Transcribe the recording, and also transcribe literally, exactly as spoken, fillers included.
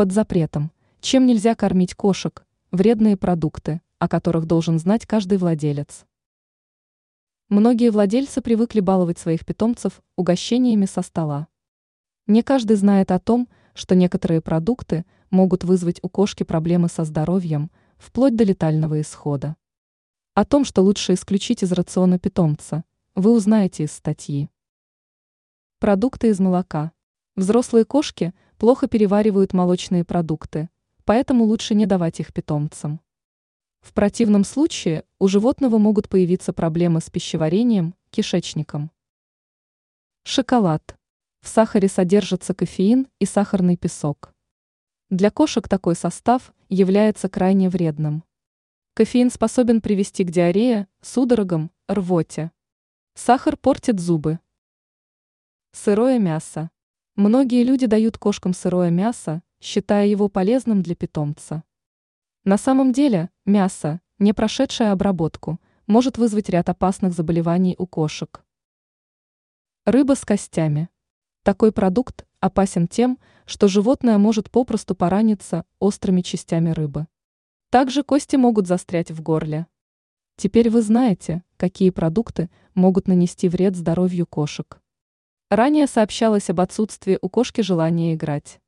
Под запретом. Чем нельзя кормить кошек? Вредные продукты, о которых должен знать каждый владелец. Многие владельцы привыкли баловать своих питомцев угощениями со стола. Не каждый знает о том, что некоторые продукты могут вызвать у кошки проблемы со здоровьем, вплоть до летального исхода. О том, что лучше исключить из рациона питомца, вы узнаете из статьи. Продукты из молока. Взрослые кошки плохо переваривают молочные продукты, поэтому лучше не давать их питомцам. В противном случае у животного могут появиться проблемы с пищеварением, кишечником. Шоколад. В сахаре содержится кофеин и сахарный песок. Для кошек такой состав является крайне вредным. Кофеин способен привести к диарее, судорогам, рвоте. Сахар портит зубы. Сырое мясо. Многие люди дают кошкам сырое мясо, считая его полезным для питомца. На самом деле, мясо, не прошедшее обработку, может вызвать ряд опасных заболеваний у кошек. Рыба с костями. Такой продукт опасен тем, что животное может попросту пораниться острыми частями рыбы. Также кости могут застрять в горле. Теперь вы знаете, какие продукты могут нанести вред здоровью кошек. Ранее сообщалось об отсутствии у кошки желания играть.